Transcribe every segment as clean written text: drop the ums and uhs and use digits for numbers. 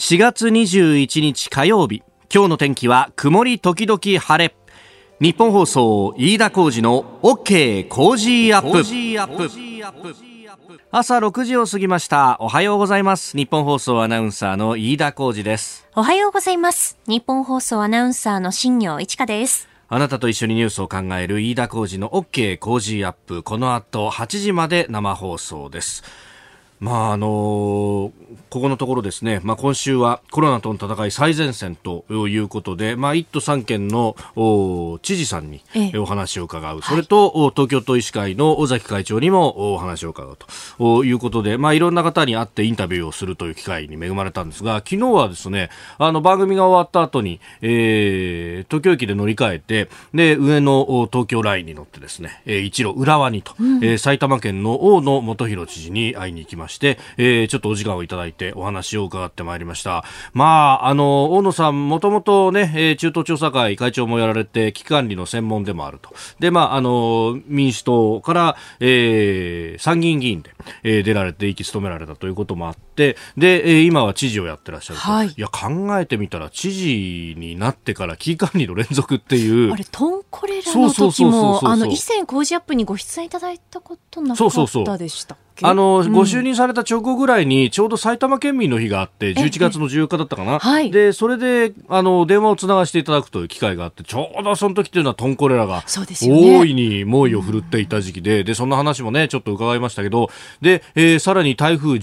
4月21日火曜日、今日の天気は曇り時々晴れ。日本放送飯田浩司の OK 工事アップ。朝6時を過ぎました。おはようございます。日本放送アナウンサーの飯田浩司です。 おはようございます。日本放送アナウンサーの新業一華です。 あなたと一緒にニュースを考える飯田浩司の OK 工事アップ。この後8時まで生放送です。ここのところですね、今週はコロナとの戦い最前線ということで、1都3県の知事さんにお話を伺う、それと東京都医師会の尾崎会長にもお話を伺うということで、いろんな方に会ってインタビューをするという機会に恵まれたんですが、昨日はですね、番組が終わった後に、東京駅で乗り換えて、で上の東京ラインに乗ってですね、一路浦和にと、埼玉県の大野元弘知事に会いに行きました。ちょっとお時間をいただいてお話を伺ってまいりました。大野さんもともとね、中東調査会会長もやられて危機管理の専門でもあると。で、民主党から、参議院議員で、出られて息務められたということもあって、で、今は知事をやってらっしゃると。 はい、 いや、考えてみたら知事になってから危機管理の連続っていう。 あれ、トンコレラの時も以前工事アップにご出演いただいたことなかったでしたっけ？ご就任された直後ぐらいにちょうど埼玉県民の日があって11月の14日だったかな、でそれで電話をつながしていただくという機会があって、ちょうどその時というのはトンコレラが大いに猛威を振るっていた時期で、そんな話もねちょっと伺いましたけど、で、さらに台風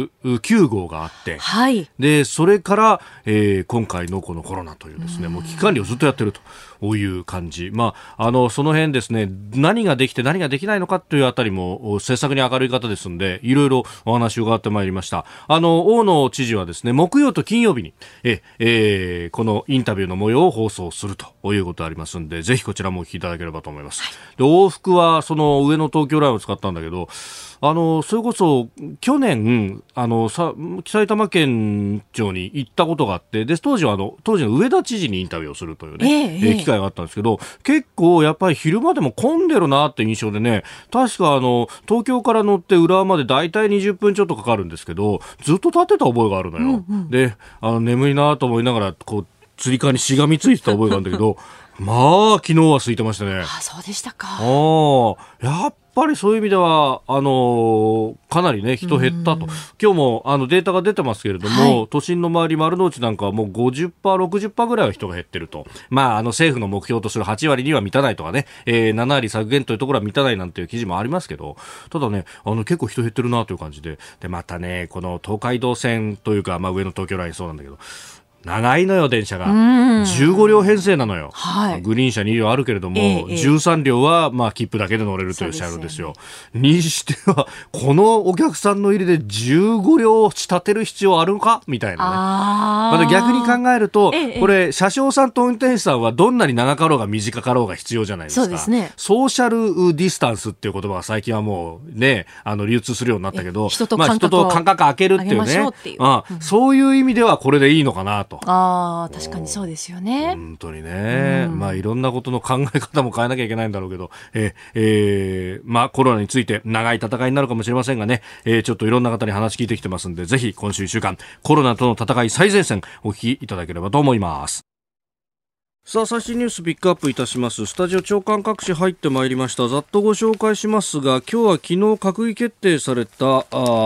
19号があって、でそれから、今回のこのコロナというですね、もう危機管理をずっとやってるという感じ。その辺ですね、何ができて何ができないのかというあたりも政策に明るい方ですので、いろいろお話を伺ってまいりました。大野知事はですね、木曜と金曜日にこのインタビューの模様を放送するということがありますので、ぜひこちらもお聞きいただければと思います。で、往復はその上の東京ラインを使ったんだけど、それこそ去年埼玉県庁に行ったことがあって、で当時の上田知事にインタビューをするというね、機会があったんですけど、結構やっぱり昼間でも混んでるなって印象でね、確か東京から乗って浦和までだいたい20分ちょっとかかるんですけど、ずっと立ってた覚えがあるのよ、で眠いなと思いながらこうつり革にしがみついてた覚えがあるんだけど昨日は空いてましたね。 そうでしたか。 やっぱりそういう意味ではかなりね人減ったと。今日もデータが出てますけれども、都心の周り丸の内なんかはもう 50%、60% ぐらいは人が減ってると。政府の目標とする8割には満たないとかね、7割削減というところは満たないなんていう記事もありますけど、ただね結構人減ってるなという感じで、またねこの東海道線というか、上の東京ラインそうなんだけど、長いのよ電車が。15両編成なのよ、グリーン車2両あるけれども、13両は切符だけで乗れるという車両ですよ。にしてはこのお客さんの入りで15両仕立てる必要あるのかみたいなね。逆に考えると、これ車掌さんと運転手さんはどんなに長かろうが短かろうが必要じゃないですか。そうですね。ソーシャルディスタンスっていう言葉が最近はもうね流通するようになったけど、人と間隔空けるっていうね、そういう意味ではこれでいいのかなと。 確かにそうですよね。 本当にね、いろんなことの考え方も変えなきゃいけないんだろうけど、コロナについて長い戦いになるかもしれませんがね、ちょっといろんな方に話聞いてきてますんで、ぜひ今週1週間コロナとの戦い最前線お聞きいただければと思います。さあ、最新ニュースピックアップいたします。スタジオ長官各紙入ってまいりました。ざっとご紹介しますが、今日は昨日閣議決定された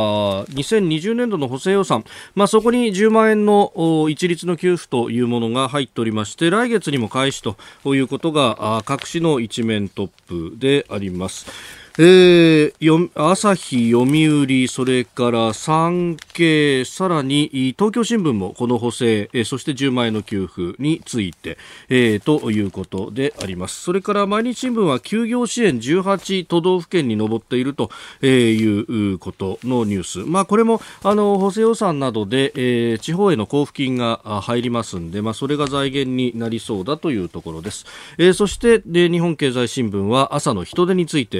2020年度の補正予算、そこに10万円の一律の給付というものが入っておりまして、来月にも開始ということが各紙の一面トップであります。朝日、読売、それから産経、さらに東京新聞もこの補正、そして10万円の給付について、ということであります。それから毎日新聞は休業支援18都道府県に上っているということのニュース。これも補正予算などで、地方への交付金が入りますんで、それが財源になりそうだというところです。そして日本経済新聞は朝の人手について、これ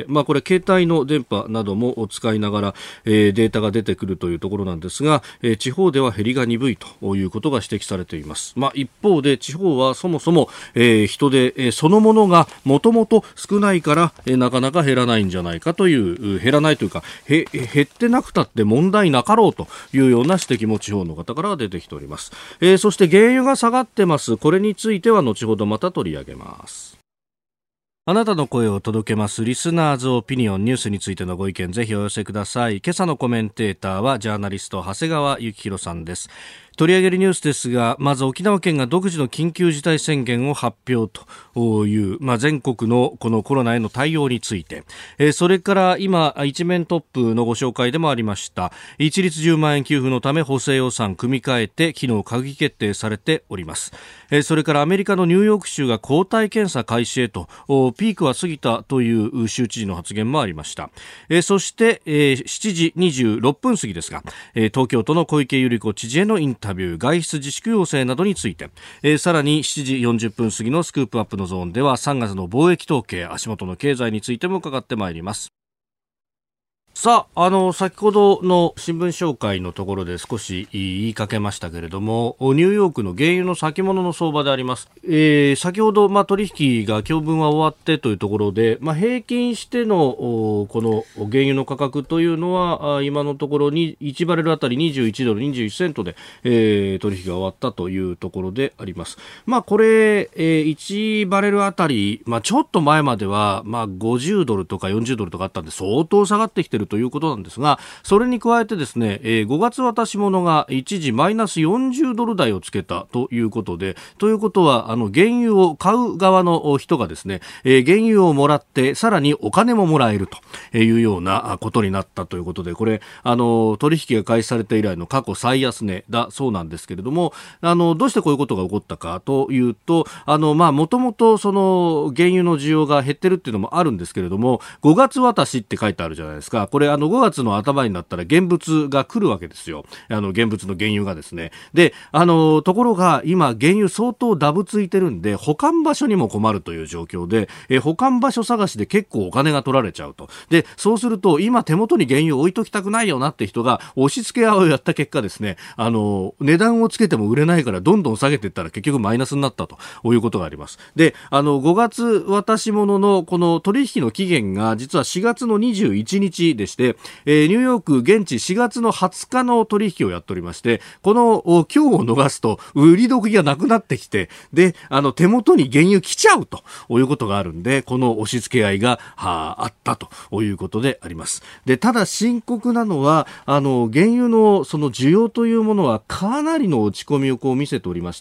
携帯の電波なども使いながら、データが出てくるというところなんですが、地方では減りが鈍いということが指摘されています。一方で地方はそもそも、人手、そのものがもともと少ないから、なかなか減らないんじゃないかという、減らないというか減ってなくたって問題なかろうというような指摘も地方の方からは出てきております。そして原油が下がってます。これについては後ほどまた取り上げます。あなたの声を届けますリスナーズオピニオン、ニュースについてのご意見ぜひお寄せください。今朝のコメンテーターはジャーナリスト長谷川幸宏さんです。取り上げるニュースですが、まず沖縄県が独自の緊急事態宣言を発表という、全国のこのコロナへの対応について、それから今一面トップのご紹介でもありました一律10万円給付のため補正予算組み替えて昨日閣議決定されております。それからアメリカのニューヨーク州が抗体検査開始へと、ピークは過ぎたという州知事の発言もありました。そして、7時26分過ぎですが、東京都の小池百合子知事へのインタビュー、外出自粛要請などについて、さらに7時40分過ぎのスクープアップのゾーンでは3月の貿易統計、足元の経済についても伺ってまいります。さあ、先ほどの新聞紹介のところで少し言いかけましたけれども、ニューヨークの原油の先物の相場であります。先ほど、取引が今日分は終わってというところで、平均してのこの原油の価格というのは今のところに1バレルあたり21ドル21セントで、取引が終わったというところであります。これ、1バレルあたり、ちょっと前までは50ドルとか40ドルとかあったんで相当下がってきているということなんですが、それに加えてですね、5月渡し物が一時マイナス40ドル台をつけたということで、ということは原油を買う側の人がですね、原油をもらってさらにお金ももらえるというようなことになったということで、これ取引が開始されて以来の過去最安値だそうなんですけれども、どうしてこういうことが起こったかというと、もともとその原油の需要が減ってるっていうのもあるんですけれども、5月渡しって書いてあるじゃないですか。これ5月の頭になったら現物が来るわけですよ。現物の原油がですね。で、ところが今原油相当ダブついてるんで保管場所にも困るという状況で、保管場所探しで結構お金が取られちゃうと。で、そうすると今手元に原油を置いときたくないよなって人が押し付け合いをやった結果ですね、値段をつけても売れないからどんどん下げていったら結局マイナスになったということがあります。で、5月渡し物のこの取引の期限が実は4月の21日でして、ニューヨーク現地4月の20日の取引をやっておりまして、この今日を逃すと売り時がなくなってきて、で手元に原油来ちゃうということがあるんで、この押し付け合いがあったということであります。で、ただ深刻なのは原油のその需要というものはかなりの落ち込みを見せておりまして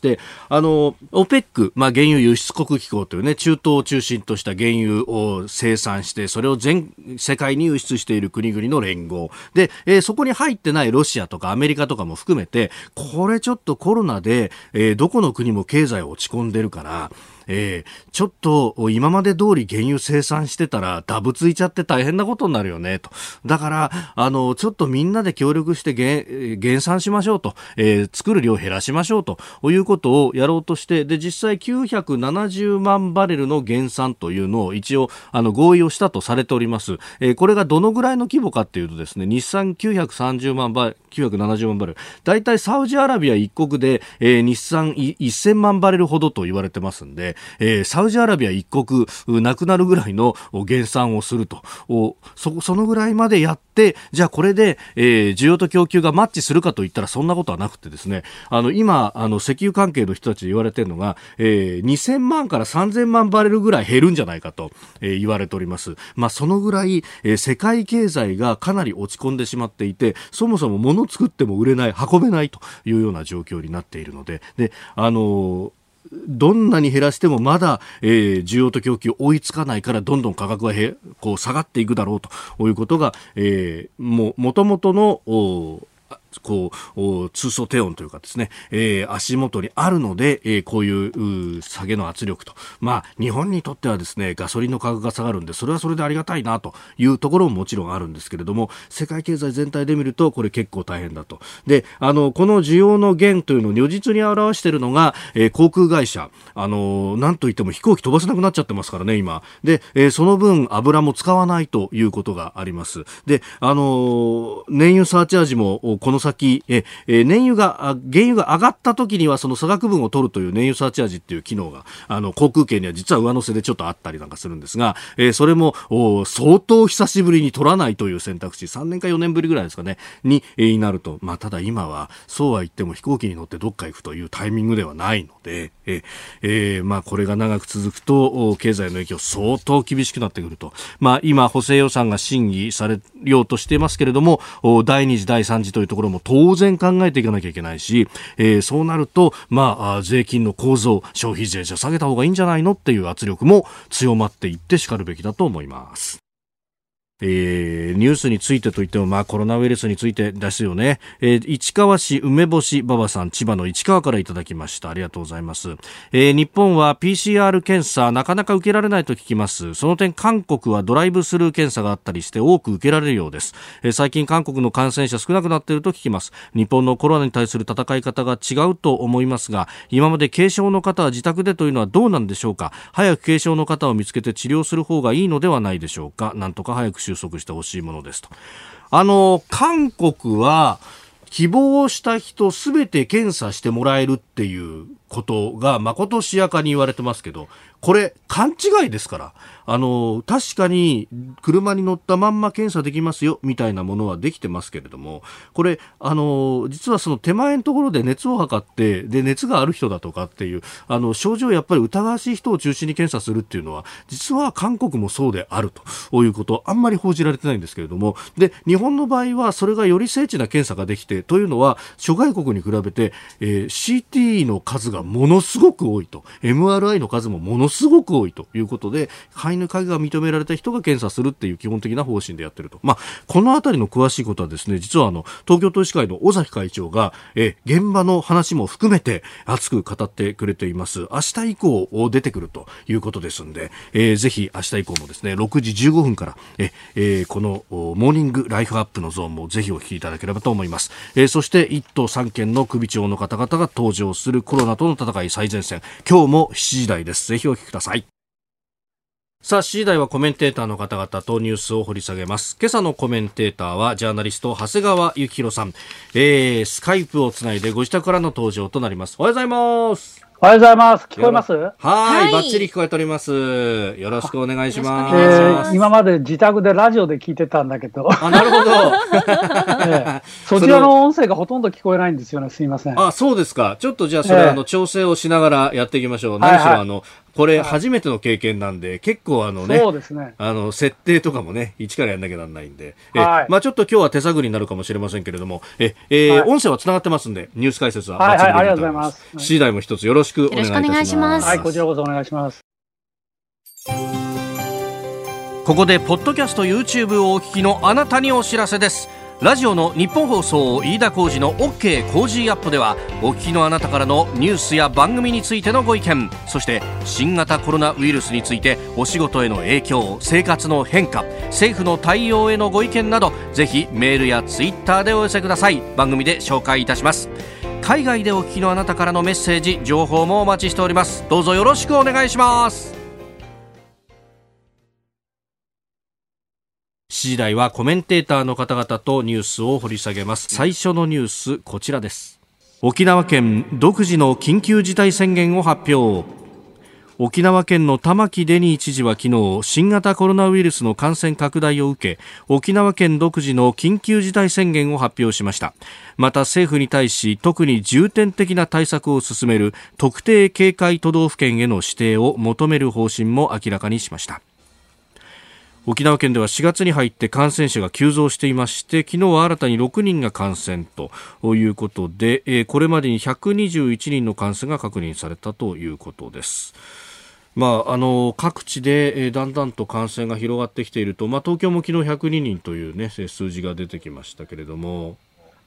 、OPEC、原油輸出国機構というね、中東を中心とした原油を生産してそれを全世界に輸出している国々の連合で、そこに入ってないロシアとかアメリカとかも含めて、これちょっとコロナで、どこの国も経済落ち込んでるからちょっと今まで通り原油生産してたらダブついちゃって大変なことになるよねと。だからちょっとみんなで協力して減産しましょうと、作る量を減らしましょうということをやろうとして、で実際970万バレルの減産というのを一応合意をしたとされております。これがどのぐらいの規模かっていうとですね、日産970万バレル970万バレル、だいたいサウジアラビア一国で、日産1000万バレルほどと言われてますんで、サウジアラビア一国なくなるぐらいの減産をすると、そのぐらいまでやって、じゃあこれで、需要と供給がマッチするかといったらそんなことはなくてですね、今石油関係の人たちで言われているのが、2000万から3000万バレルぐらい減るんじゃないかと、言われております。そのぐらい、世界経済がかなり落ち込んでしまっていて、そもそも物を作っても売れない、運べないというような状況になっているので、どんなに減らしてもまだ、需要と供給追いつかないから、どんどん価格が下がっていくだろうということが、もともとのこう通奏低音というかですね、足元にあるので、こういう下げの圧力と、日本にとってはですね、ガソリンの価格が下がるんで、それはそれでありがたいなというところももちろんあるんですけれども、世界経済全体で見るとこれ結構大変だと。で、この需要の減というのを如実に表しているのが、航空会社、なんといっても飛行機飛ばせなくなっちゃってますからね、今で、その分油も使わないということがあります。で、燃油サーチャージもこの先、原油が上がった時にはその差額分を取るという燃油サーチャージっていう機能が航空券には実は上乗せでちょっとあったりなんかするんですが、それも相当久しぶりに取らないという選択肢、3年か4年ぶりぐらいですかねに、なると、ただ今はそうは言っても飛行機に乗ってどっか行くというタイミングではないので、これが長く続くと経済の影響相当厳しくなってくると。今補正予算が審議されようとしていますけれども、第2次第3次というところも当然考えていかなきゃいけないし、そうなると、税金の構造、消費税じゃ下げた方がいいんじゃないのっていう圧力も強まっていってしかるべきだと思います。ニュースについてといっても、コロナウイルスについてですよね。市川市梅干し馬場さん、千葉の市川からいただきました。ありがとうございます。日本は PCR 検査なかなか受けられないと聞きます。その点韓国はドライブスルー検査があったりして多く受けられるようです。最近韓国の感染者少なくなっていると聞きます。日本のコロナに対する戦い方が違うと思いますが、今まで軽症の方は自宅でというのはどうなんでしょうか。早く軽症の方を見つけて治療する方がいいのではないでしょうか。なんとか早く収束してほしいものですと。韓国は希望した人すべて検査してもらえるっていうことがまことしやかに言われてますけど、これ勘違いですから。確かに車に乗ったまんま検査できますよみたいなものはできてますけれども、これ実はその手前のところで熱を測って、で熱がある人だとかっていう症状をやっぱり疑わしい人を中心に検査するっていうのは実は韓国もそうであるということあんまり報じられてないんですけれども、で日本の場合はそれがより精緻な検査ができて、というのは諸外国に比べて、CT の数がものすごく多いと、 MRI の数もものすごく多いということで、肺の鍵が認められた人が検査するっていう基本的な方針でやってると。このあたりの詳しいことはですね、実は東京都医師会の尾崎会長が、現場の話も含めて熱く語ってくれています。明日以降出てくるということですので、ぜひ明日以降もですね6時15分から、このモーニングライフアップのゾーンもぜひお聞きいただければと思います。そして1都3県の首長の方々が登場するコロナとの戦い最前線、今日も7時台です。ぜひお聞きください。さあ、7時台はコメンテーターの方々とニュースを掘り下げます。今朝のコメンテーターはジャーナリスト長谷川幸宏さん、スカイプをつないでご自宅からの登場となります。おはようございます。 おはようございます。聞こえます？ はい、バッチリ聞こえております。よろしくお願いします。 今まで自宅でラジオで聞いてたんだけど。 なるほど。 そちらの音声がほとんど聞こえないんですよね。すいません。 そうですか。ちょっとじゃあそれ、調整をしながらやっていきましょう。何しろこれ初めての経験なんで、結構そうですね。 設定とかもね、一からやんなきゃなんないんで、ちょっと今日は手探りになるかもしれませんけれども、音声はつながってますんで、ニュース解説はバッチリできると思います。 ありがとうございます。 7時台も一つよろしくお願いいたします。 はい、こちらこそお願いします。 ここでポッドキャスト YouTube をお聞きのあなたにお知らせです。ラジオの日本放送飯田浩司の OK コージーアップでは、お聞きのあなたからのニュースや番組についてのご意見、そして新型コロナウイルスについてお仕事への影響、生活の変化、政府の対応へのご意見など、ぜひメールやツイッターでお寄せください。番組で紹介いたします。海外でお聞きのあなたからのメッセージ、情報もお待ちしております。どうぞよろしくお願いします。7時台はコメンテーターの方々とニュースを掘り下げます。最初のニュース、こちらです。沖縄県独自の緊急事態宣言を発表。沖縄県の玉城デニー知事は昨日、新型コロナウイルスの感染拡大を受け、沖縄県独自の緊急事態宣言を発表しました。また政府に対し、特に重点的な対策を進める特定警戒都道府県への指定を求める方針も明らかにしました。沖縄県では4月に入って感染者が急増していまして、昨日は新たに6人が感染ということで、これまでに121人の感染が確認されたということです。各地でだんだんと感染が広がってきていると、東京も昨日102人という、数字が出てきましたけれども、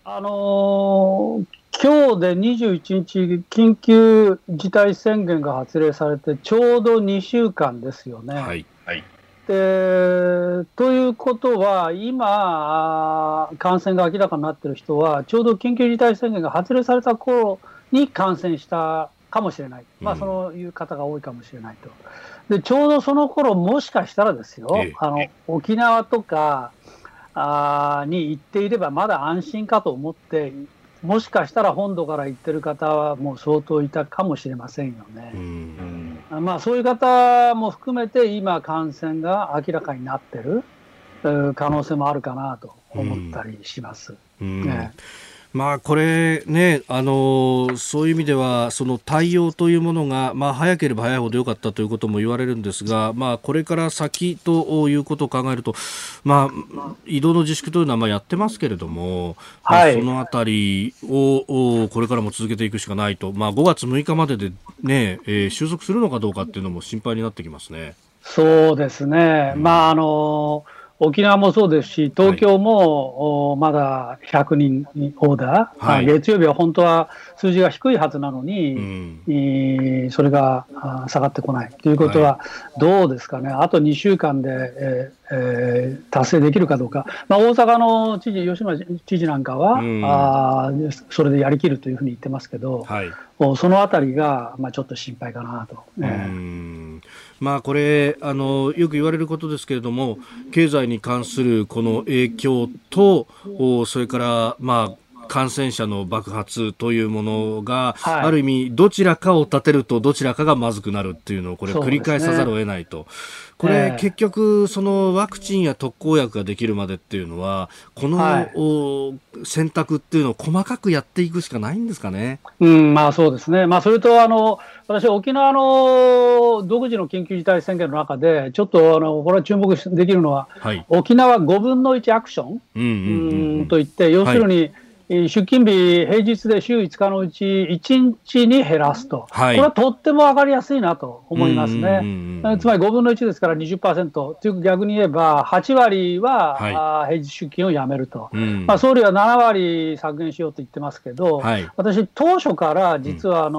今日で21日、緊急事態宣言が発令されて、ちょうど2週間ですよね。はい。ということは、今、感染が明らかになっている人は、ちょうど緊急事態宣言が発令された頃に感染したかもしれない。そういう方が多いかもしれないと。で、ちょうどその頃、もしかしたらですよ、沖縄とかに行っていればまだ安心かと思って、もしかしたら本土から行ってる方はもう相当いたかもしれませんよね。そういう方も含めて今感染が明らかになってる可能性もあるかなと思ったりします。 これね、そういう意味ではその対応というものが、早ければ早いほど良かったということも言われるんですが、これから先ということを考えると、移動の自粛というのはやってますけれども、そのあたりをこれからも続けていくしかないと、5月6日までで、ね収束するのかどうかっていうのも心配になってきますね。 そうですね、沖縄もそうですし、東京もまだ100人オーダー、月曜日は本当は数字が低いはずなのに、それが下がってこないということは、どうですかね、あと2週間で、達成できるかどうか、大阪の知事、吉村知事なんかは、それでやりきるというふうに言ってますけど、そのあたりが、ちょっと心配かなと。 これよく言われることですけれども、経済に関するこの影響と、それから感染者の爆発というものが、ある意味どちらかを立てるとどちらかがまずくなるっていうのをこれ繰り返さざるを得ないと。これ、結局そのワクチンや特効薬ができるまでっていうのはこの、選択っていうのを細かくやっていくしかないんですかね。 そうですね。それと私沖縄の独自の緊急事態宣言の中でちょっとこれは注目できるのは、沖縄5分の1アクションといって、要するに、出勤日、平日で週5日のうち1日に減らすと、これはとっても分かりやすいなと思いますね。つまり5分の1ですから 20% という逆に言えば8割は、平日出勤をやめると、総理は7割削減しようと言ってますけど、私、当初から実は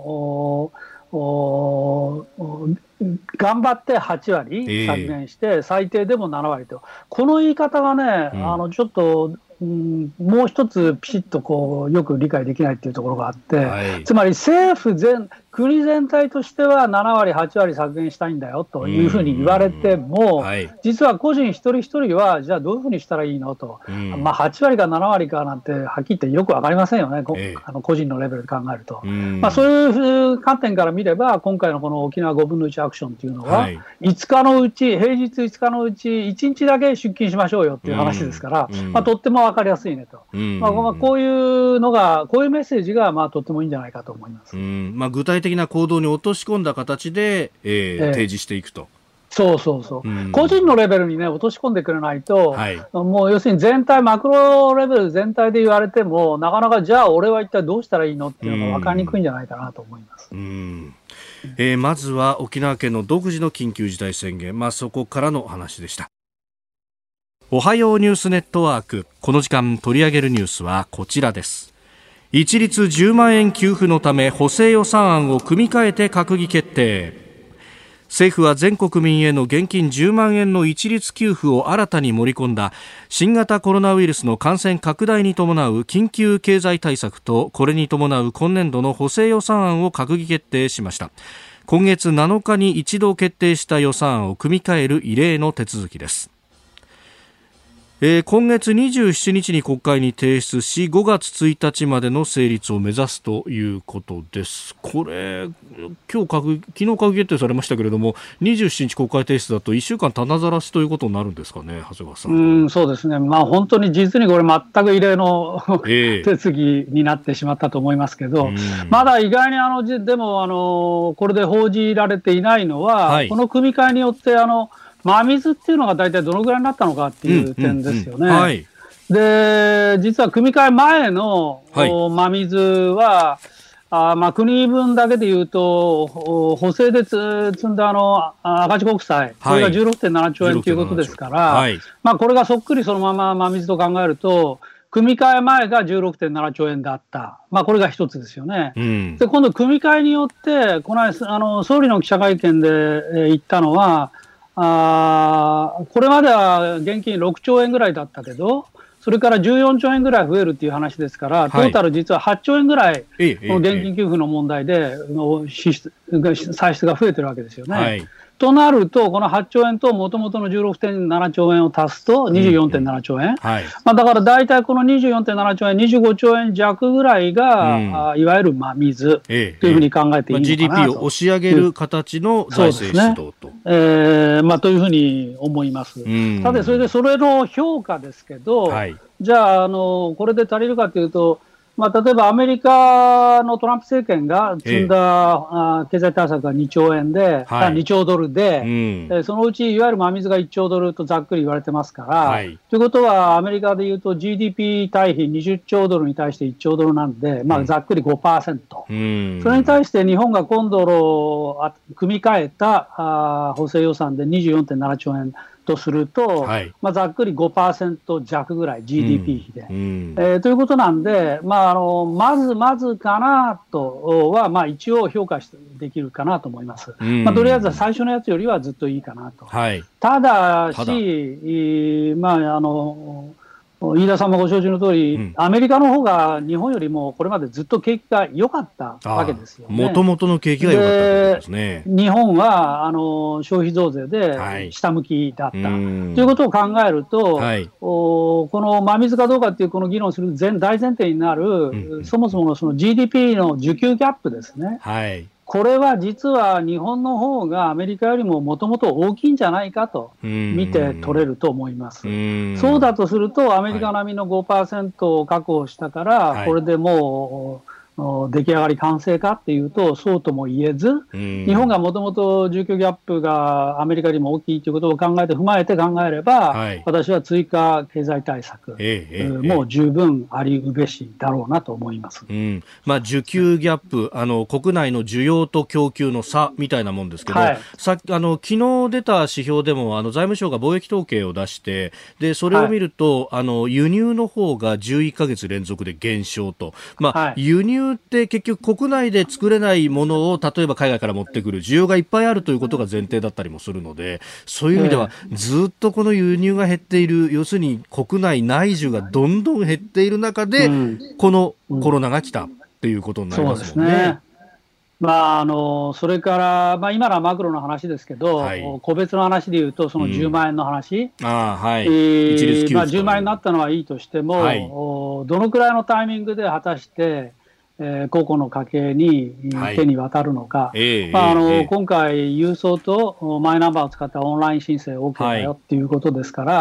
頑張って8割削減して、最低でも7割と、この言い方がね、ちょっともう一つピシッとよく理解できないっていうところがあって、つまり政府国全体としては7割、8割削減したいんだよというふうに言われても、実は個人一人一人は、じゃあどういうふうにしたらいいのと、8割か7割かなんて、はっきり言ってよく分かりませんよね、個人のレベルで考えると。そういう観点から見れば、今回のこの沖縄5分の1アクションというのは、5日のうち、平日5日のうち1日だけ出勤しましょうよっていう話ですから、とっても分かりやすいねと。こういうのが、こういうメッセージがとってもいいんじゃないかと思います。 具体的な行動に落とし込んだ形で、提示していくと。 そう、個人のレベルにね、落とし込んでくれないと、もう要するに全体、マクロレベル全体で言われても、なかなかじゃあ俺は一体どうしたらいいのっていうのが分かりにくいんじゃないかなと思います。 まずは沖縄県の独自の緊急事態宣言、そこからの話でした。おはようニュースネットワーク、この時間取り上げるニュースはこちらです。一律10万円給付のため補正予算案を組み替えて閣議決定。政府は全国民への現金10万円の一律給付を新たに盛り込んだ新型コロナウイルスの感染拡大に伴う緊急経済対策と、これに伴う今年度の補正予算案を閣議決定しました。今月7日に一度決定した予算案を組み替える異例の手続きです。今月27日に国会に提出し、5月1日までの成立を目指すということです。これ昨日閣議決定されましたけれども、27日国会提出だと1週間棚ざらしということになるんですかね、長谷川さん。 そうですね、本当に実にこれ全く異例の手続きになってしまったと思いますけど、まだ意外にでもこれで報じられていないのは、この組み替えによって真水っていうのが大体どのぐらいになったのかっていう点ですよね。で、実は組み替え前の真水は、国分だけでいうと、補正で積んだ赤字国債、これが 16.7 兆円ということですから、これがそっくりそのまま真水と考えると、 組み替え前が 16.7 兆円だった。これが一つですよね。 で、 今度、組み替えによって、この間、総理の記者会見で言ったのは、これまでは現金6兆円ぐらいだったけど、それから14兆円ぐらい増えるっていう話ですから、トータル実は8兆円ぐらいの現金給付の問題で、歳出が増えてるわけですよね。となると、この8兆円ともともとの 16.7 兆円を足すと 24.7 兆円。だから大体この 24.7 兆円、25兆円弱ぐらいが、いわゆる水というふうに考えていいのかなと。 GDP を押し上げる形の財政出動と。 というふうに思います。ただ、それの評価ですけど、じゃあ、これで足りるかというと、例えばアメリカのトランプ政権が積んだ、経済対策が2兆円で、2兆ドルで、そのうちいわゆる真水が1兆ドルとざっくり言われてますから、ということはアメリカでいうと GDP 対比20兆ドルに対して1兆ドルなんで、ざっくり 5%。それに対して日本が今度の組み替えた補正予算で 24.7 兆円。とすると、ざっくり 5% 弱ぐらい GDP 比で、ということなんで、まずかなとは、一応評価できるかなと思います。とりあえず最初のやつよりはずっといいかなと。ただし、飯田さんもご承知の通り、アメリカの方が日本よりもこれまでずっと景気が良かったわけですよね。 もともとの景気が良かったということですね。 日本は消費増税で下向きだった、ということを考えると、この真水かどうかというこの議論する大前提になる、そもそものその GDP の需給ギャップですね。これは実は日本の方がアメリカよりももともと大きいんじゃないかと見て取れると思います。そうだとするとアメリカ並みの 5% を確保したから、これでもう出来上がり完成かっていうとそうとも言えず、日本がもともと需給ギャップがアメリカよりも大きいということを踏まえて考えれば、私は追加経済対策も十分ありうべしだろうなと思います。 需給ギャップ、国内の需要と供給の差みたいなもんですけど、昨日出た指標でも財務省が貿易統計を出して、でそれを見ると、輸入の方が11ヶ月連続で減少と、輸入って結局国内で作れないものを例えば海外から持ってくる需要がいっぱいあるということが前提だったりもするので、そういう意味ではずっとこの輸入が減っている、要するに国内内需がどんどん減っている中で、このコロナが来たっていうことになりますもんね。 それから、今のはマクロの話ですけど、個別の話でいうとその10万円の話、 一律給付 10万円になったのはいいとしても、どのくらいのタイミングで果たして個々の家計に手に渡るのか、今回、郵送とマイナンバーを使ったオンライン申請 OK だよっていうことですから、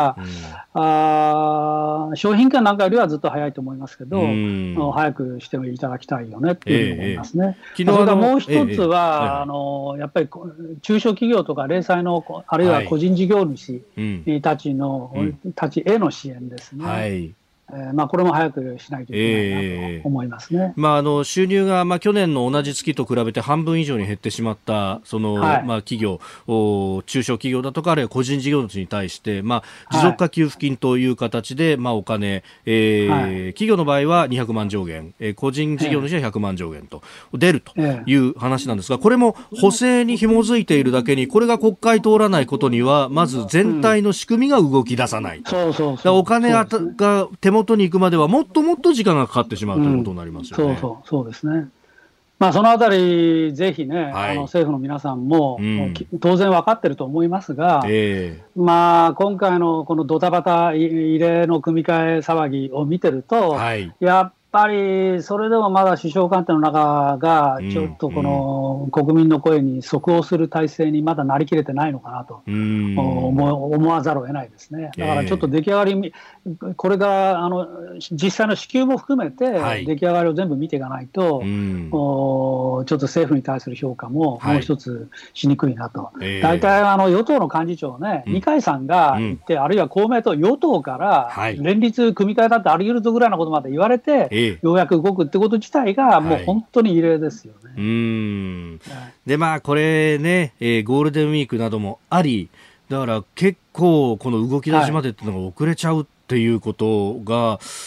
商品券なんかよりはずっと早いと思いますけど、早くしていただきたいよねっていうふうに思いますね。それからもう一つは、やっぱり中小企業とか零細の、あるいは個人事業主たちへの支援ですね。これも早くしないといけないなと思いますね。 収入が、去年の同じ月と比べて半分以上に減ってしまったその、企業、中小企業だとかあるいは個人事業主に対して、持続化給付金という形で、お金、企業の場合は200万上限、個人事業主は100万上限と出るという話なんですが、これも補正に紐づいているだけに、これが国会通らないことにはまず全体の仕組みが動き出さないと、お金が手元に行くまではもっともっと時間がかかってしまうということになりますよね。 そうですね。そのあたりぜひね、政府の皆さんも、当然分かってると思いますが、今回のこのドタバタ異例の組み替え騒ぎを見てると、やっぱりそれでもまだ首相官邸の中がちょっとこの国民の声に即応する体制にまだなりきれてないのかなと思わざるを得ないですね。だからちょっと出来上がり、これから実際の支給も含めて出来上がりを全部見ていかないと、ちょっと政府に対する評価ももう一つしにくいなと。大体与党の幹事長ね、二階さんが言って、あるいは公明党与党から連立組み替えだってあり得るぞぐらいのことまで言われて、ようやく動くってこと自体がもう本当に異例ですよね。 でこれね、ゴールデンウィークなどもあり、だから結構この動き出しまでっていうのが遅れちゃうっていうことが、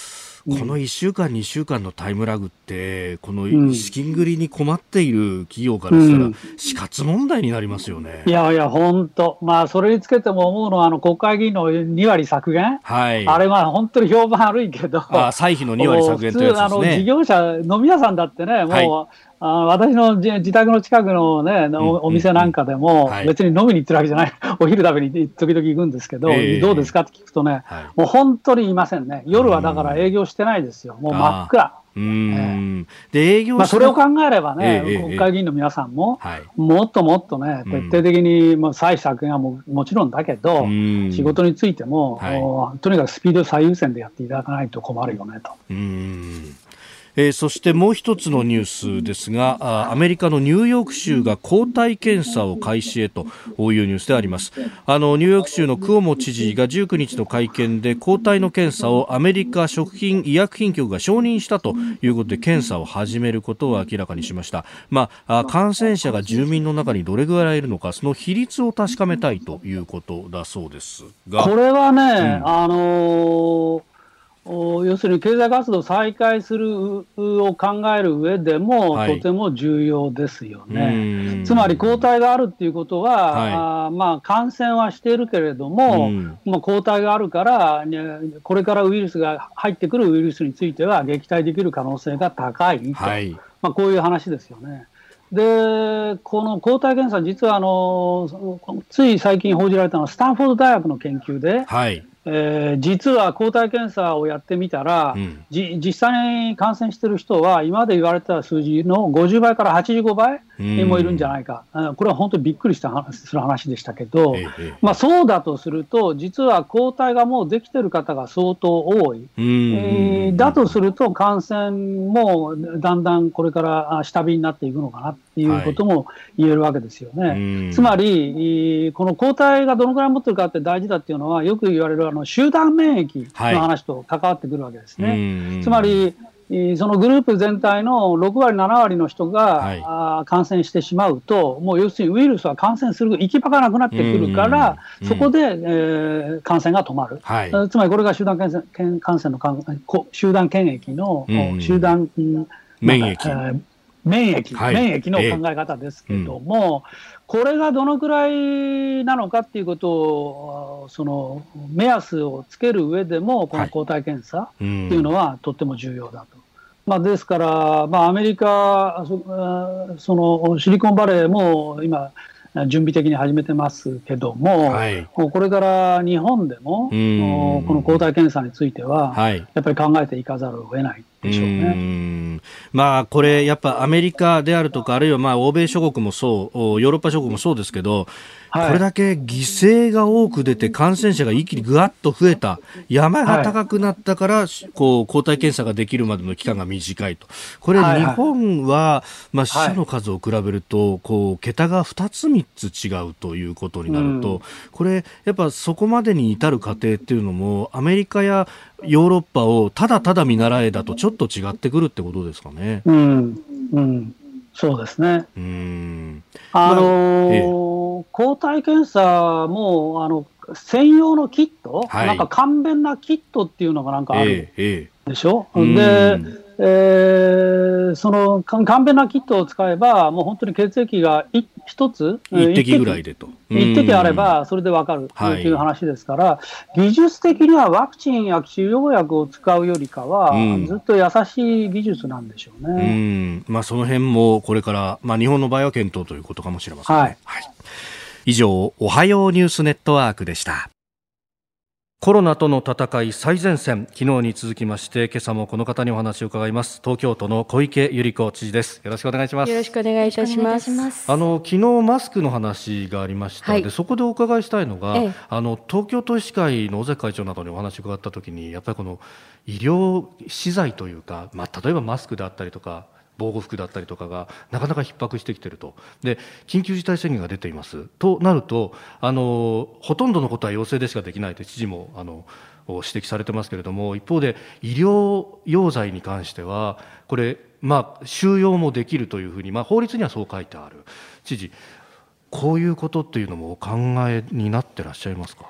この1週間2週間のタイムラグってこの資金繰りに困っている企業からしたら死活問題になりますよね。 いやいや本当、それにつけても思うのは国会議員の2割削減、あれは本当に評判悪いけど、 歳費の2割削減というやつですね。 事業者飲み屋さんだってね、もう、私の自宅の近くの、ね、お店なんかでも、別に飲みに行ってるわけじゃない、お昼食べに時々行くんですけど、どうですかって聞くとね、もう本当にいませんね。夜はだから営業してないですよ。もう真っ暗。 で営業それを考えればね、国会議員の皆さんも、もっともっとね、徹底的に歳費削減はもちろんだけど、仕事についても、とにかくスピード最優先でやっていただかないと困るよねと。 そしてもう一つのニュースですが、アメリカのニューヨーク州が抗体検査を開始へというニュースであります。ニューヨーク州のクオモ知事が19日の会見で抗体の検査をアメリカ食品医薬品局が承認したということで検査を始めることを明らかにしました。感染者が住民の中にどれぐらいいるのか、その比率を確かめたいということだそうですが、 これはね、要するに経済活動を再開するを考える上でも、とても重要ですよね。つまり抗体があるっていうことは、感染はしているけれども、抗体があるから、これからウイルスが入ってくるウイルスについては撃退できる可能性が高いと、こういう話ですよね。で、この抗体検査、実はつい最近報じられたのはスタンフォード大学の研究で、実は抗体検査をやってみたら、実際に感染している人は今まで言われた数字の50倍から85倍もいるんじゃないか、これは本当にびっくりする話でしたけど、そうだとすると実は抗体がもうできている方が相当多い、だとすると感染もだんだんこれから下火になっていくのかなっていうことも言えるわけですよね。つまりこの抗体がどのくらい持ってるかって大事だっていうのはよく言われる集団免疫の話と関わってくるわけですね。つまりそのグループ全体の6割、7割の人が、感染してしまうと、もう要するにウイルスは感染する行き場がなくなってくるから、そこで、感染が止まる。つまりこれが集団感染の集団検疫の、集団免疫。 免疫の考え方ですけども、これがどのくらいなのかっていうことを、その目安をつける上でも、この抗体検査っていうのはとっても重要だと。ですから、アメリカ、そのシリコンバレーも今、準備的に始めてますけども、これから日本でも、この抗体検査については、やっぱり考えていかざるを得ない。でしょうね。 これやっぱアメリカであるとか、あるいは欧米諸国もそう、ヨーロッパ諸国もそうですけど、これだけ犠牲が多く出て感染者が一気にぐわっと増えた、山が高くなったから、抗体検査ができるまでの期間が短いと。これ、日本は、死者の数を比べると桁が2つ3つ違うということになると、これやっぱそこまでに至る過程っていうのもアメリカやヨーロッパをただただ見習えだとちょっと違ってくるってことですかね。 そうですね。抗体検査も専用のキット、なんか簡便なキットっていうのがなんかあるでしょ。で、その簡便なキットを使えば、もう本当に血液が一つ、 一滴ぐらいでと。 一滴あれば、それでわかるという話ですから、技術的にはワクチンや治療薬を使うよりかは、ずっと優しい技術なんでしょうね。 その辺もこれから、日本の場合は検討ということかもしれませんね。以上、おはようニュースネットワークでした。コロナとの戦い最前線、昨日に続きまして今朝もこの方にお話を伺います。東京都の小池百合子知事です。よろしくお願いします。 よろしくお願いいたします。 昨日マスクの話がありましたので、そこでお伺いしたいのが、東京都医師会の尾崎会長などにお話を伺ったときに、やっぱりこの医療資材というか、例えばマスクであったりとか防護服だったりとかがなかなか逼迫してきていると。で、緊急事態宣言が出ていますとなると、ほとんどのことは要請でしかできないと知事も指摘されてますけれども、一方で医療用剤に関してはこれ、収容もできるというふうに、法律にはそう書いてある。知事、こういうことっていうのもお考えになってらっしゃいますか？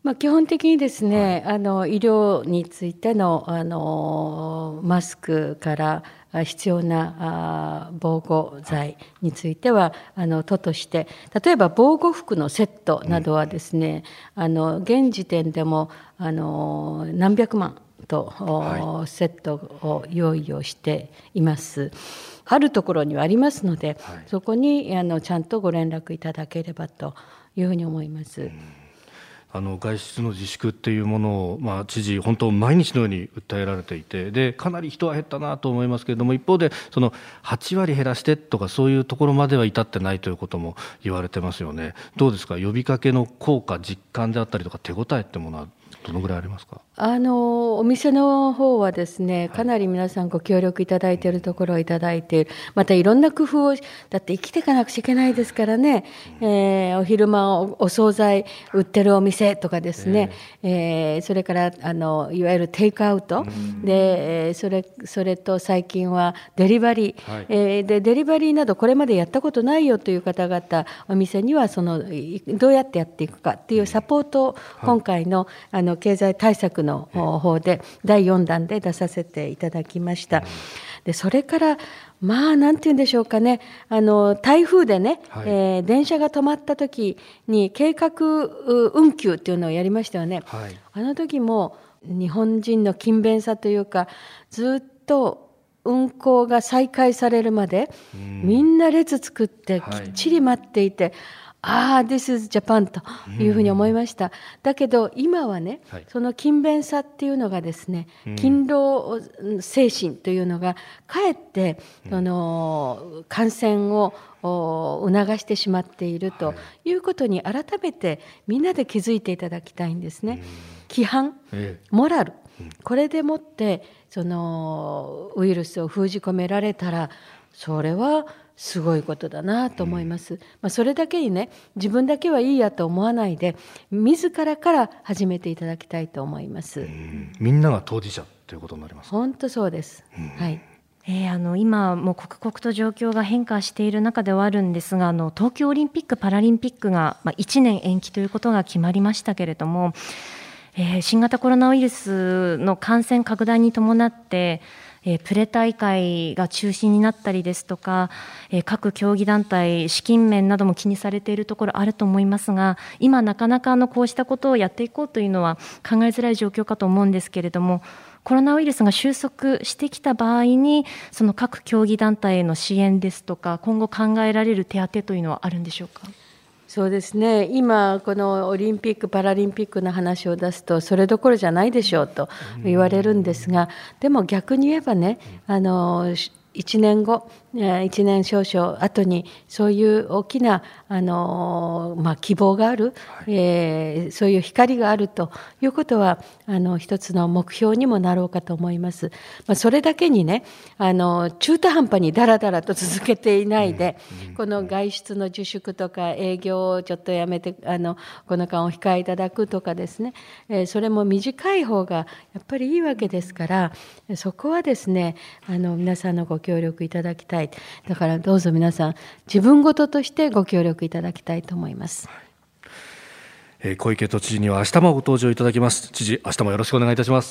基本的にですね、医療についての、マスクから必要な防護剤については都として、例えば防護服のセットなどはですね、現時点でも何百万と、セットを用意をしています。あるところにはありますので、そこにちゃんとご連絡いただければというふうに思います。 外出の自粛っていうものを、知事本当毎日のように訴えられていて、でかなり人は減ったなと思いますけれども、一方でその8割減らしてとかそういうところまでは至ってないということも言われてますよね。どうですか、呼びかけの効果、実感であったりとか手応えってものはどのぐらいありますか？ お店の方はですね、かなり皆さんご協力いただいているところをいただいている。またいろんな工夫を、だって生きていかなくちゃいけないですからね、お昼間お惣菜売ってるお店とかですね、それからいわゆるテイクアウトで、それと最近はデリバリー、でデリバリーなどこれまでやったことないよという方々、お店にはどうやってやっていくかっていうサポートを今回の経済対策の方で第4弾で出させていただきました。でそれからなんていうんでしょうかね、台風でね、電車が止まった時に計画運休っていうのをやりましたよね。あの時も日本人の勤勉さというか、ずっと運行が再開されるまでみんな列作ってきっちり待っていて、This is Japan というふうに思いました。だけど今はね、その勤勉さっていうのがですね、勤労精神というのがかえって感染を促してしまっているということに改めてみんなで気づいていただきたいんですね。規範、モラル、これでもってウイルスを封じ込められたら、それはすごいことだなと思います。それだけにね、自分だけはいいやと思わないで、自らから始めていただきたいと思います。 みんなが当事者ということになります。 本当そうです。はい。 今もう刻々と状況が変化している中ではあるんですが、東京オリンピック・パラリンピックが1年延期ということが決まりましたけれども、新型コロナウイルスの感染拡大に伴ってプレ大会が中止になったりですとか、各競技団体資金面なども気にされているところあると思いますが、今なかなかこうしたことをやっていこうというのは考えづらい状況かと思うんですけれども、コロナウイルスが収束してきた場合にその各競技団体への支援ですとか、今後考えられる手当というのはあるんでしょうか？ そうですね、今このオリンピック・パラリンピックの話を出すと、それどころじゃないでしょうと言われるんですが、でも逆に言えばね、1年後、1年少々後にそういう大きな希望がある、そういう光があるということは一つの目標にもなろうかと思います。それだけにね、中途半端にだらだらと続けていないで、この外出の自粛とか営業をちょっとやめてこの間お控えいただくとかですね、それも短い方がやっぱりいいわけですから、そこはですね、皆さんのご協力いただきたい。だからどうぞ皆さん自分事としてご協力いただきたいと思います。 小池都知事には明日もご登場いただきます。知事、明日もよろしくお願いいたします。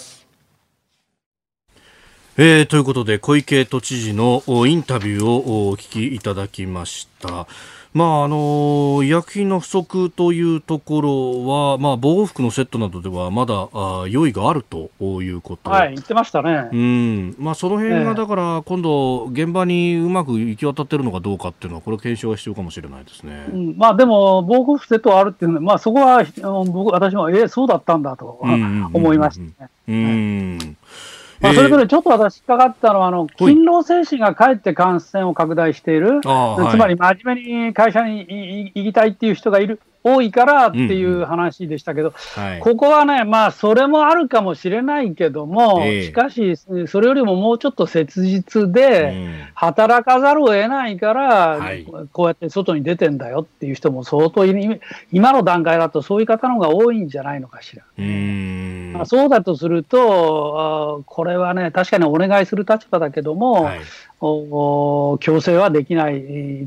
ということで小池都知事のインタビューをお聞きいただきました。医薬品の不足というところは、防護服のセットなどではまだ用意があるということ。 言ってましたね。 その辺がだから今度現場にうまく行き渡ってるのかどうかっていうのは、これは検証が必要かもしれないですね。 でも防護服セットはあるっていうので、そこは私もそうだったんだと思いましたね。それぞれちょっと私引っかかったのは、勤労精神がかえって感染を拡大している、つまり真面目に会社に行きたいっていう人が多いからっていう話でしたけど、ここはね、それもあるかもしれないけども、しかし、それよりももうちょっと切実で、働かざるを得ないから、こうやって外に出てんだよっていう人も相当今の段階だとそういう方の方が多いんじゃないのかしら。そうだとすると、これはね、確かにお願いする立場だけども、強制はできない、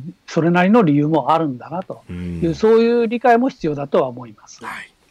それなりの理由もあるんだなという、そういう理解も必要だとは思います。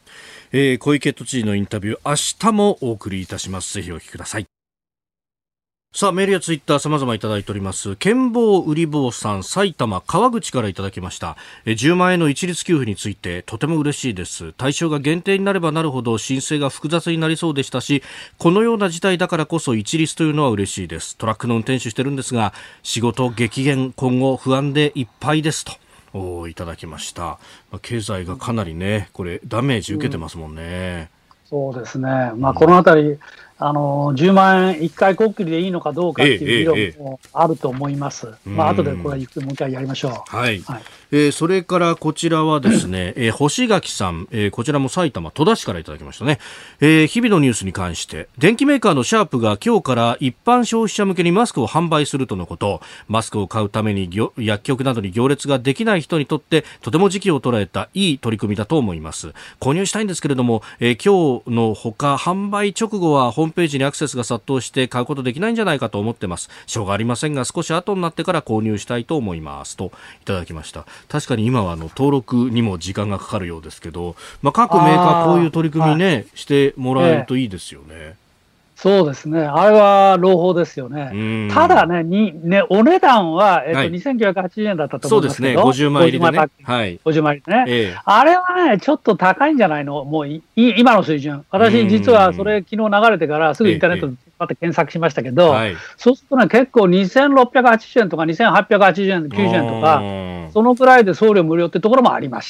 小池都知事のインタビュー、明日もお送りいたします。ぜひお聞きください。さあ、メールやツイッター様々いただいております。剣坊売り坊さん、埼玉川口からいただきました。10万円の一律給付についてとても嬉しいです。対象が限定になればなるほど申請が複雑になりそうでしたし、このような事態だからこそ一律というのは嬉しいです。トラックの運転手してるんですが、仕事激減、今後不安でいっぱいですといただきました。経済がかなりね、これダメージ受けてますもんね。 そうですね。このあたり、10万円1回こっきりでいいのかどうかっていう議論もあると思います。後でこれもう一回やりましょう。 はい。それからこちらはですね、星垣さん、こちらも埼玉戸田市からいただきましたね。日々のニュースに関して、電機メーカーのシャープが今日から一般消費者向けにマスクを販売するとのこと。マスクを買うために薬局などに行列ができない人にとってとても時期を捉えたいい取り組みだと思います。購入したいんですけれども、今日のほか販売直後はホームページにアクセスが殺到して買うことできないんじゃないかと思ってます。しょうがありませんが少し後になってから購入したいと思いますといただきました。確かに今は登録にも時間がかかるようですけど、各メーカーこういう取り組みね、してもらえるといいですよね。 そうですね。あれは朗報ですよね。ただね、お値段は、2980円だったと思うんですけど。 そうですね。50枚入りでね。はい。 50枚入りね。あれはね、ちょっと高いんじゃないの？もう今の水準。私実はそれ昨日流れてからすぐインターネットでまた検索しましたけど、そうするとね、結構2680円とか2880円、90円とか、そのくらいで送料無料ってところもありました。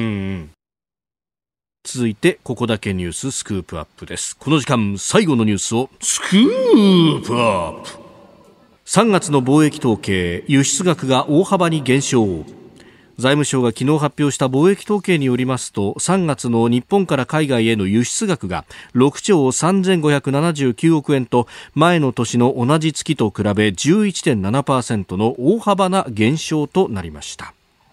続いてここだけニューススクープアップです。この時間最後のニュースをスクープアップ。3月の貿易統計、輸出額が大幅に減少。財務省が昨日発表した貿易統計によりますと、3月の日本から海外への輸出額が6兆3579億円と前の年の同じ月と比べ 11.7% の大幅な減少となりました。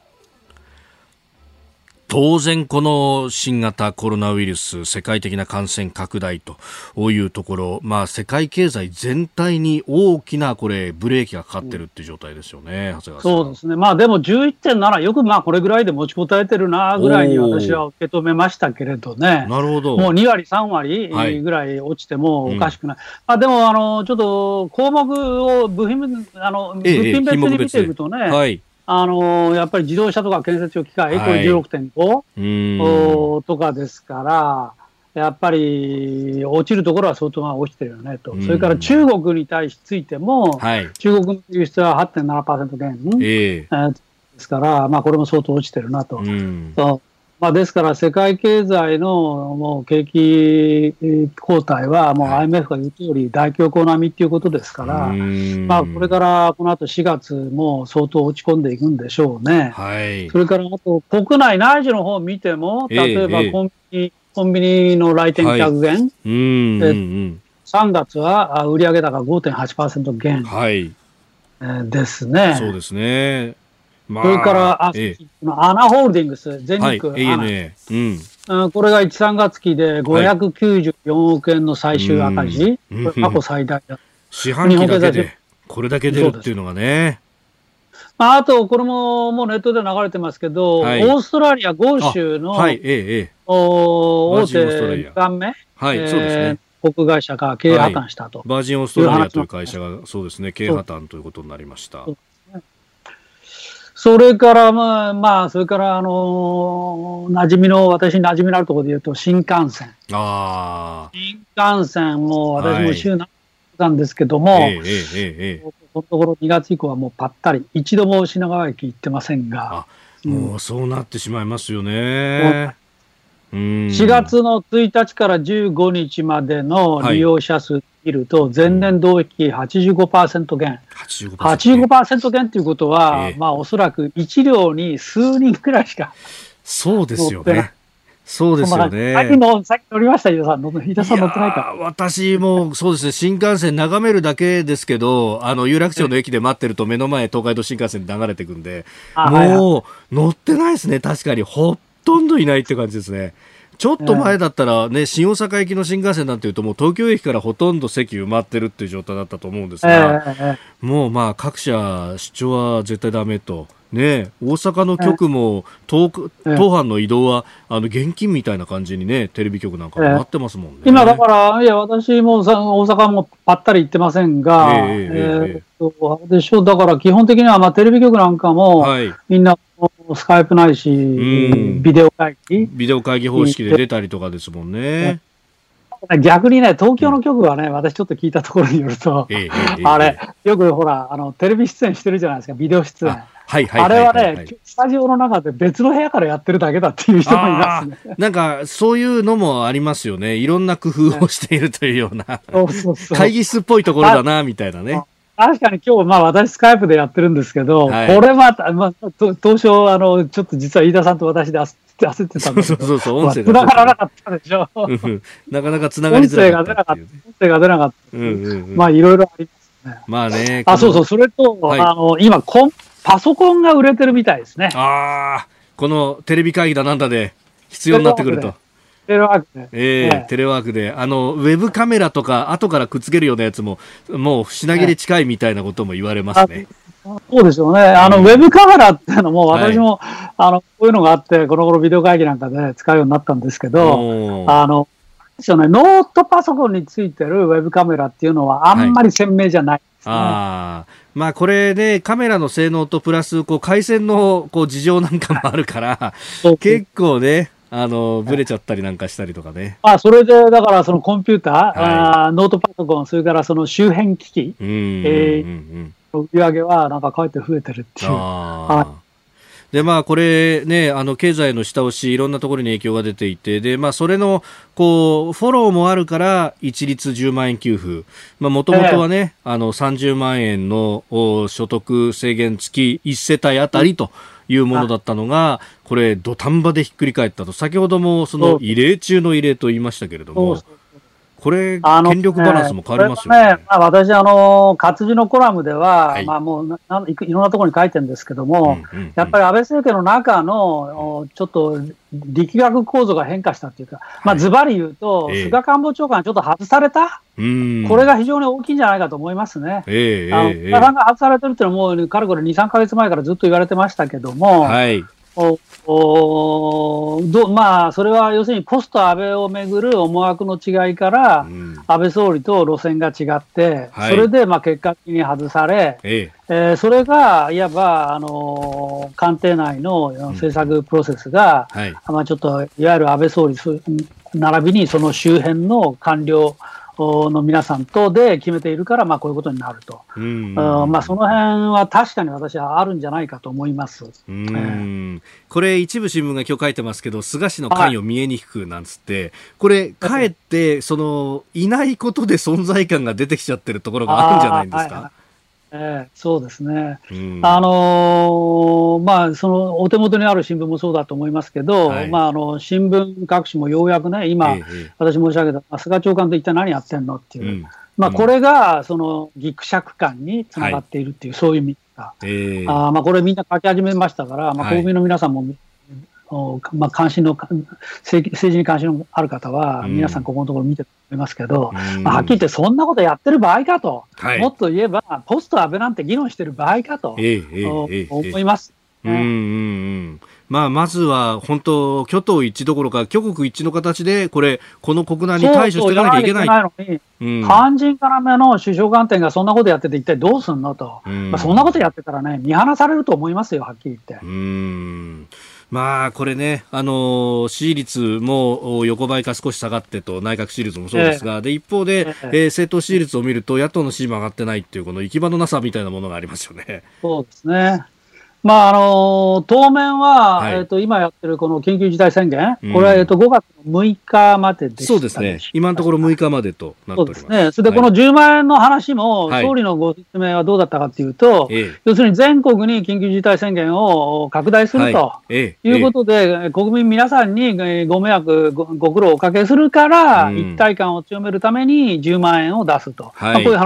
当然この新型コロナウイルス世界的な感染拡大というところ、世界経済全体に大きなこれブレーキがかかってるっていう状態ですよね、長谷川さん。 そうですね。でも 11.7 よくこれぐらいで持ちこたえてるなぐらいに私は受け止めましたけれどね。 なるほど。 もう2割3割ぐらい落ちてもおかしくない。でもちょっと項目を物品別に見ていくとね、やっぱり自動車とか建設用機械、これ 16.5 とかですから、やっぱり落ちるところは相当落ちてるよねと。それから中国に対しついても、中国の輸出は 8.7% 減、ですから、これも相当落ちてるなと。ですから世界経済のもう景気後退はもう IMF が言う通り大恐慌並みっていうことですから、これからこの後4月も相当落ち込んでいくんでしょうね。それからあと国内内需の方を見ても、例えばコンビニの来店客減、3月は売上高 5.8% 減、ですね。 そうですね。 それから、アナホールディングス、全日空、ANA、これが1、3月期で594億円の最終赤字、これ過去最大だ。 四半期だけでこれだけ出るっていうのがね。 あと、これももうネットで流れてますけど、オーストラリア豪州の大手2番目、航空会社が経営破綻したと。 バージンオーストラリアという会社がそうですね、経営破綻ということになりました。 それから、それから、私馴染みのあるところで言うと、新幹線。新幹線も、私も週何回なんですけども、そのところ2月以降はもうぱったり、一度も品川駅行ってませんが。 もうそうなってしまいますよね。 4月の1日から15日までの利用者数見ると、前年同期 85% 減。85% 減ということは、おそらく1両に数人くらいしか。 そうですよね。そうですよね。 さっき乗りました、飯田さん乗ってないか。 私もそうですね、新幹線眺めるだけですけど、有楽町の駅で待ってると目の前東海道新幹線流れていくんで、もう乗ってないですね。確かにほとんどいないって感じですね。 ちょっと前だったらね、新大阪行きの新幹線なんていうともう東京駅からほとんど席埋まってるっていう状態だったと思うんですが、もうまあ各社出張は絶対ダメと。ね、大阪の局も当班の移動は現金みたいな感じにね、テレビ局なんかなってますもんね。 今だから、いや、私も大阪もぱったり行ってませんが、あれでしょ、だから基本的には、まあ、テレビ局なんかも、みんなスカイプないし、ビデオ会議方式で出たりとかですもんね。 逆にね、東京の局はね、私ちょっと聞いたところによると、あれ、よくほら、テレビ出演してるじゃないですか、ビデオ出演。あれはね、スタジオの中で別の部屋からやってるだけだっていう人もいますね。 なんか、そういうのもありますよね。いろんな工夫をしているというような。会議室っぽいところだな、みたいなね。 確かに今日、まあ私スカイプでやってるんですけど、これまた、まあ、当初、ちょっと実は飯田さんと私で焦ってたんですけど、音声が繋がらなかったでしょ。 なかなか繋がりづらかった。音声が出なかった。まあいろいろありますね。 まあね。 そう、それと、今、パソコンが売れてるみたいですね。 このテレビ会議だなんだで必要になってくると。 テレワークで。テレワークで。ウェブカメラとか、後からくっつけるようなやつも、もう品切れ近いみたいなことも言われますね。 そうですよね。ウェブカメラっていうのも、私も、こういうのがあって、この頃ビデオ会議なんかで使うようになったんですけど、ノートパソコンについてるウェブカメラっていうのは、あんまり鮮明じゃないですね。 まあこれね、カメラの性能とプラス、回線の事情なんかもあるから、結構ね、ブレちゃったりなんかしたりとかね。 それで、だからそのコンピューター、ノートパソコン、それからその周辺機器、売り上げはなんかかえって増えてるっていう。 で、まあこれね、経済の下押し、いろんなところに影響が出ていて、で、まあそれの、フォローもあるから、一律10万円給付。まあもともとはね、30万円の所得制限付き1世帯あたりというものだったのが、これ土壇場でひっくり返ったと。先ほどもその異例中の異例と言いましたけれども、これ、権力バランスも変わりますよね。 私、活字のコラムでは、まあもういろんなところに書いてるんですけども、やっぱり安倍政権の中の、ちょっと力学構造が変化したっていうか、まあズバリ言うと、菅官房長官ちょっと外された、これが非常に大きいんじゃないかと思いますね。菅さんが外されてるっていうのはもう、かれこれ2、3ヶ月前からずっと言われてましたけども、まあ、それは要するにポスト安倍をめぐる思惑の違いから、安倍総理と路線が違って、それでまあ結果的に外され、それがいわば官邸内の政策プロセスが、まあ、ちょっといわゆる安倍総理並びにその周辺の官僚の皆さんとで決めているから、まあ、こういうことになると、まあ、その辺は確かに私はあるんじゃないかと思います。 これ一部新聞が今日書いてますけど、菅氏の関与見えにくくなんつって、これかえっていないことで存在感が出てきちゃってるところがあるんじゃないんですか。 そうですね。まあ、お手元にある新聞もそうだと思いますけど、まあ、新聞各紙もようやくね、今、私申し上げた、菅長官と一体何やってんのっていう、まあ、これが、ぎくしゃく感につながっているっていう、そういう意味が。まあ、これみんな書き始めましたから、まあ、国民の皆さんも、まあ、政治に関心のある方は、皆さんここのところ見てると思いますけど、まあ、はっきり言ってそんなことやってる場合かと、もっと言えば、ポスト安倍なんて議論してる場合かと、思います。 まあ、まずは本当、挙党一致どころか、挙国一致の形で、この国難に対処していかなきゃいけない。 肝心要の首相官邸がそんなことやってて、一体どうすんのと、まあ、そんなことやってたらね、見放されると思いますよ、はっきり言って。 まあこれね、支持率も横ばいか少し下がってと、内閣支持率もそうですが、で一方で、政党支持率を見ると野党の支持も上がってないっていう、この行き場のなさみたいなものがありますよね。 そうですね。まあ当面は、今やってるこの緊急事態宣言、これは5月6日まででした。 そうですね。今のところ6日までとなっております。そうですね。 それでこの10万円の話も、総理のご説明はどうだったかというと、要するに全国に緊急事態宣言を拡大するということで、国民皆さんにご迷惑、ご苦労をおかけするから、一体感を強めるために10万円を出すと。こういう話です。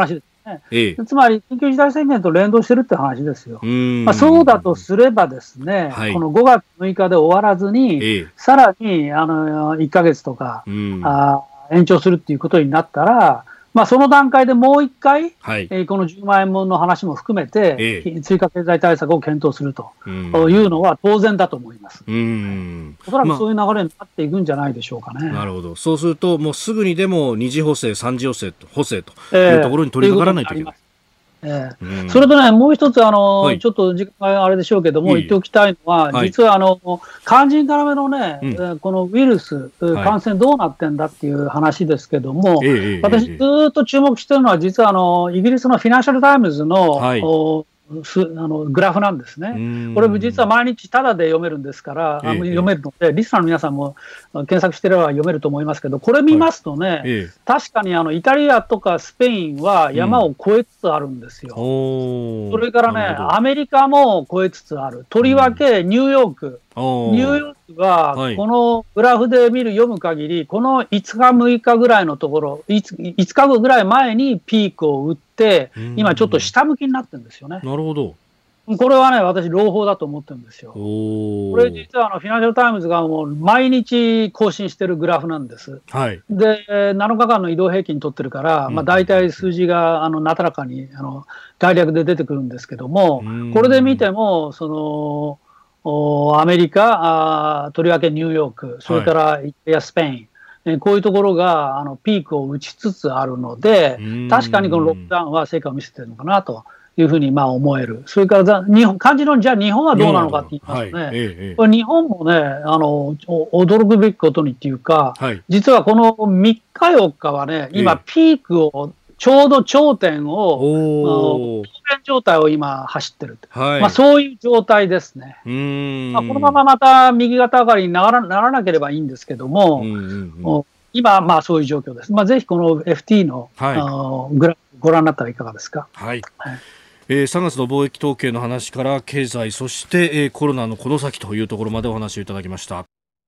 ね。つまり、緊急事態宣言と連動してるって話ですよ。そうだとすればですね、この5月6日で終わらずに、さらに1ヶ月とか、延長するっていうことになったら、その段階でもう一回、この10万円分の話も含めて、追加経済対策を検討するというのは当然だと思います。おそらくそういう流れになっていくんじゃないでしょうかね。 なるほど。そうすると、もうすぐにでも2次補正、3次補正というところに取り掛からないといけない。 それとね、もう一つ、ちょっと時間があれでしょうけども、言っておきたいのは、実は肝心からめのね、このウイルス、感染どうなってんだっていう話ですけども、私、ずっと注目してるのは、実はイギリスのフィナンシャル・タイムズの、グラフなんですね。これ実は毎日タダで読めるんですから、読めるので、リスナーの皆さんも検索してれば読めると思いますけど、これ見ますとね、確かにイタリアとかスペインは山を越えつつあるんですよ。それからね、アメリカも越えつつある。とりわけニューヨーク。ニューヨークは、このグラフで読む限り、この5日、6日ぐらいのところ、5日後ぐらい前にピークを打って、今ちょっと下向きになってるんですよね。 なるほど。 これはね、私、朗報だと思ってるんですよ。これ実はフィナンシャル・タイムズがもう毎日更新してるグラフなんです。で、7日間の移動平均取ってるから、大体数字がなだらかに概略で出てくるんですけども、これで見ても、アメリカ、とりわけニューヨーク、それからイタリア、スペイン、こういうところがピークを打ちつつあるので、確かにこのロックダウンは成果を見せてるのかなというふうに思える。それから感じの、じゃあ日本はどうなのかって言いますとね、これ日本もね、驚くべきことにっていうか、実はこの3日4日はね、今ピークをちょうど頂点を、高原状態を今走ってる。そういう状態ですね。このまままた右肩上がりにならなければいいんですけども、今、そういう状況です。ぜひこの FT の、グラフご覧になったらいかがですか。 3月の貿易統計の話から経済、そして、コロナのこの先というところまでお話をいただきました。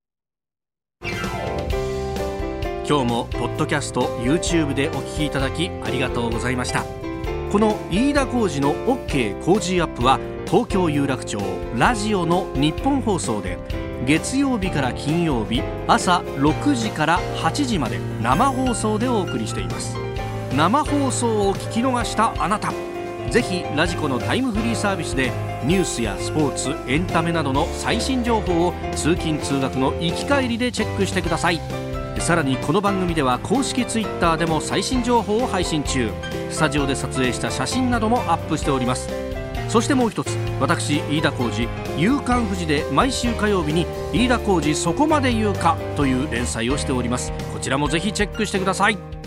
今日もポッドキャスト YouTube でお聞きいただきありがとうございました。この飯田浩司の OK 工事アップは東京有楽町ラジオの日本放送で月曜日から金曜日朝6時から8時まで生放送でお送りしています。生放送を聞き逃したあなた、ぜひラジコのタイムフリーサービスでニュースやスポーツ、エンタメなどの最新情報を通勤通学の行き帰りでチェックしてください。さらにこの番組では公式ツイッターでも最新情報を配信中。スタジオで撮影した写真などもアップしております。そしてもう一つ、私飯田浩司、夕刊フジで毎週火曜日に飯田浩司そこまで言うかという連載をしております。こちらもぜひチェックしてください。